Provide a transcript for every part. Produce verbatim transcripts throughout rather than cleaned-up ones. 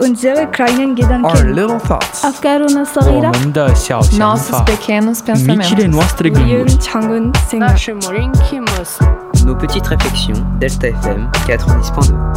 unsere kleinen Our Gedanken. little thoughts. أفكارنا الصغيرة. 我们的小想 Nossos 法 pequenos Amici nostre pensamentos. gânduri 작은 생각. наши маленькие мысли. Nos petites réflexions, Delta F M quatre-vingt-dix point deux.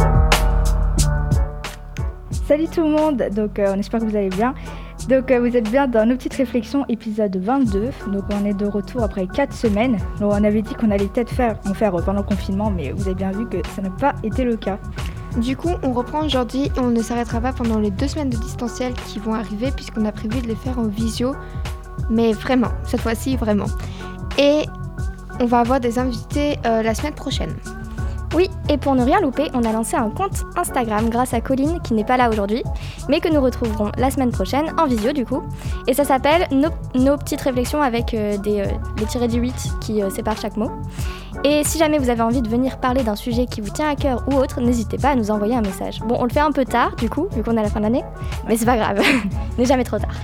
Salut tout le monde, donc euh, on espère que vous allez bien. Donc euh, vous êtes bien dans nos petites réflexions, épisode vingt-deux. Donc on est de retour après quatre semaines. Donc on avait dit qu'on allait peut-être faire, en faire euh, pendant le confinement, mais vous avez bien vu que ça n'a pas été le cas. Du coup, on reprend aujourd'hui et on ne s'arrêtera pas pendant les deux semaines de distanciel qui vont arriver puisqu'on a prévu de les faire en visio. Mais vraiment, cette fois-ci vraiment. Et on va avoir des invités euh, la semaine prochaine. Oui, et pour ne rien louper, on a lancé un compte Instagram grâce à Colline qui n'est pas là aujourd'hui, mais que nous retrouverons la semaine prochaine en visio du coup. Et ça s'appelle Nos, nos petites réflexions avec euh, des, euh, les tirés du huit qui euh, séparent chaque mot. Et si jamais vous avez envie de venir parler d'un sujet qui vous tient à cœur ou autre, n'hésitez pas à nous envoyer un message. Bon, on le fait un peu tard du coup, vu qu'on est à la fin de l'année, mais c'est pas grave, il n'est jamais trop tard.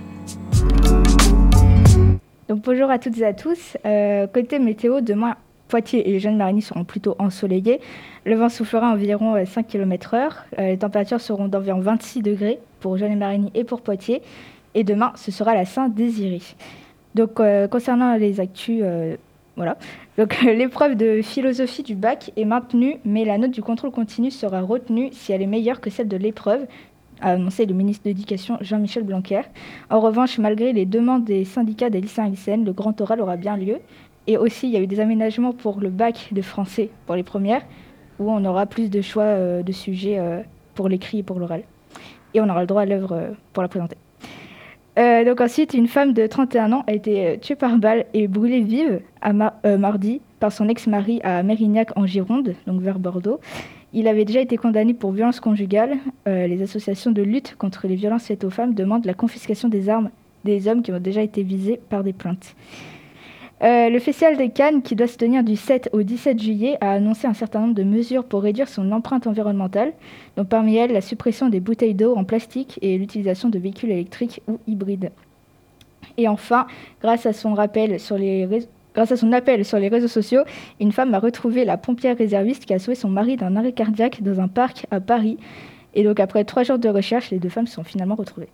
Donc bonjour à toutes et à tous. Euh, côté météo, demain, Poitiers et les Jeunes Marigny seront plutôt ensoleillés. Le vent soufflera environ cinq kilomètres heure. Euh, les températures seront d'environ vingt-six degrés pour Jeunes Marigny et pour Poitiers. Et demain, ce sera la Saint-Désiré. Donc euh, concernant les actus, euh, voilà. Donc euh, l'épreuve de philosophie du bac est maintenue, mais la note du contrôle continu sera retenue si elle est meilleure que celle de l'épreuve, a annoncé le ministre de l'Éducation Jean-Michel Blanquer. En revanche, malgré les demandes des syndicats des lycéens et lycéennes, le grand oral aura bien lieu. Et aussi, il y a eu des aménagements pour le bac de français pour les premières, où on aura plus de choix euh, de sujets euh, pour l'écrit et pour l'oral. Et on aura le droit à l'œuvre euh, pour la présenter. Euh, donc ensuite, une femme de trente et un ans a été euh, tuée par balle et brûlée vive à ma- euh, mardi par son ex-mari à Mérignac en Gironde, donc vers Bordeaux. Il avait déjà été condamné pour violence conjugale. Euh, les associations de lutte contre les violences faites aux femmes demandent la confiscation des armes des hommes qui ont déjà été visés par des plaintes. Euh, le Festival de Cannes, qui doit se tenir du sept au dix-sept juillet, a annoncé un certain nombre de mesures pour réduire son empreinte environnementale. Donc, parmi elles, la suppression des bouteilles d'eau en plastique et l'utilisation de véhicules électriques ou hybrides. Et enfin, grâce à son rappel sur les réseaux Grâce à son appel sur les réseaux sociaux, une femme a retrouvé la pompière réserviste qui a sauvé son mari d'un arrêt cardiaque dans un parc à Paris. Et donc après trois jours de recherche, les deux femmes sont finalement retrouvées.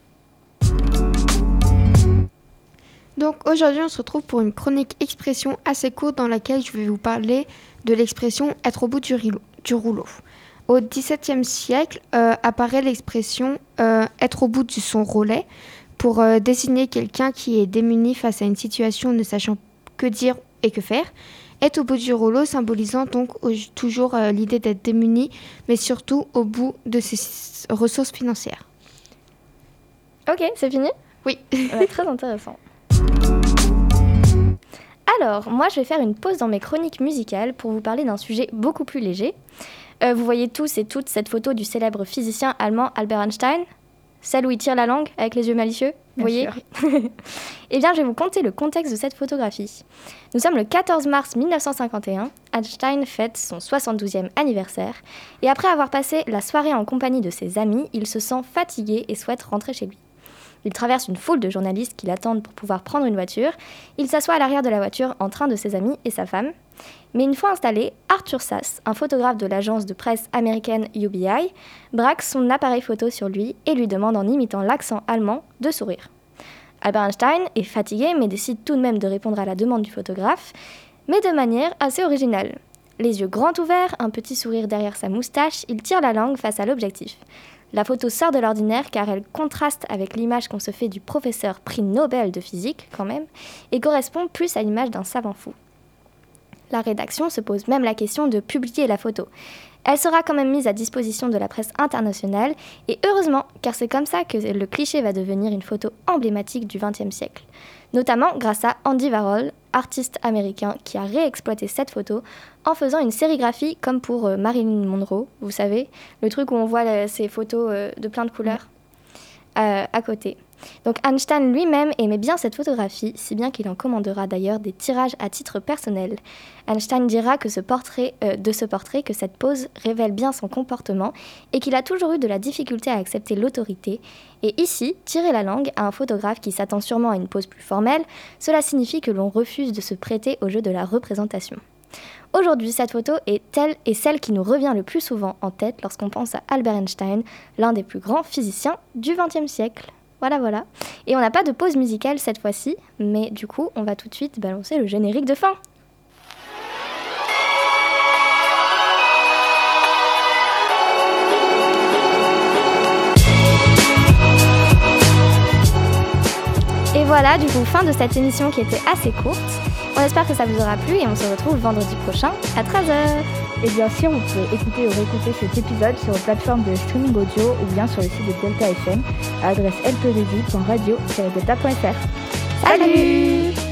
Donc aujourd'hui, on se retrouve pour une chronique expression assez courte dans laquelle je vais vous parler de l'expression « être au bout du, rilo- du rouleau ». Au dix-septième siècle euh, apparaît l'expression euh, « être au bout de son roulet » pour euh, désigner quelqu'un qui est démuni face à une situation ne sachant que dire et que faire. Être au bout du rouleau symbolisant donc au- toujours euh, l'idée d'être démuni, mais surtout au bout de ses s- ressources financières. Ok, c'est fini ? Oui. Ouais, très intéressant. Alors, moi je vais faire une pause dans mes chroniques musicales pour vous parler d'un sujet beaucoup plus léger. Euh, vous voyez tous et toutes cette photo du célèbre physicien allemand Albert Einstein ? Celle où il tire la langue avec les yeux malicieux, vous voyez ? Eh bien, je vais vous conter le contexte de cette photographie. Nous sommes le quatorze mars mille neuf cent cinquante et un, Einstein fête son soixante-douzième anniversaire, et après avoir passé la soirée en compagnie de ses amis, il se sent fatigué et souhaite rentrer chez lui. Il traverse une foule de journalistes qui l'attendent pour pouvoir prendre une voiture. Il s'assoit à l'arrière de la voiture en train de ses amis et sa femme. Mais une fois installé, Arthur Sass, un photographe de l'agence de presse américaine U B I, braque son appareil photo sur lui et lui demande en imitant l'accent allemand de sourire. Albert Einstein est fatigué mais décide tout de même de répondre à la demande du photographe, mais de manière assez originale. Les yeux grands ouverts, un petit sourire derrière sa moustache, il tire la langue face à l'objectif. La photo sort de l'ordinaire car elle contraste avec l'image qu'on se fait du professeur prix Nobel de physique, quand même, et correspond plus à l'image d'un savant fou. La rédaction se pose même la question de publier la photo. Elle sera quand même mise à disposition de la presse internationale, et heureusement, car c'est comme ça que le cliché va devenir une photo emblématique du vingtième siècle. Notamment grâce à Andy Warhol, artiste américain qui a réexploité cette photo en faisant une sérigraphie comme pour euh, Marilyn Monroe, vous savez, le truc où on voit euh, ces photos euh, de plein de couleurs euh, à côté. Donc Einstein lui-même aimait bien cette photographie, si bien qu'il en commandera d'ailleurs des tirages à titre personnel. Einstein dira que ce portrait, euh, de ce portrait que cette pose révèle bien son comportement et qu'il a toujours eu de la difficulté à accepter l'autorité. Et ici, tirer la langue à un photographe qui s'attend sûrement à une pose plus formelle, cela signifie que l'on refuse de se prêter au jeu de la représentation. Aujourd'hui, cette photo est telle et celle qui nous revient le plus souvent en tête lorsqu'on pense à Albert Einstein, l'un des plus grands physiciens du vingtième siècle. Voilà, voilà. Et on n'a pas de pause musicale cette fois-ci, mais du coup, on va tout de suite balancer le générique de fin. Et voilà, du coup, fin de cette émission qui était assez courte. On espère que ça vous aura plu et on se retrouve vendredi prochain à treize heures. Et bien sûr, vous pouvez écouter ou réécouter cet épisode sur les plateformes de streaming audio ou bien sur le site de Delta F M à l'adresse l p d j point radio tiret delta point f r. Salut, Salut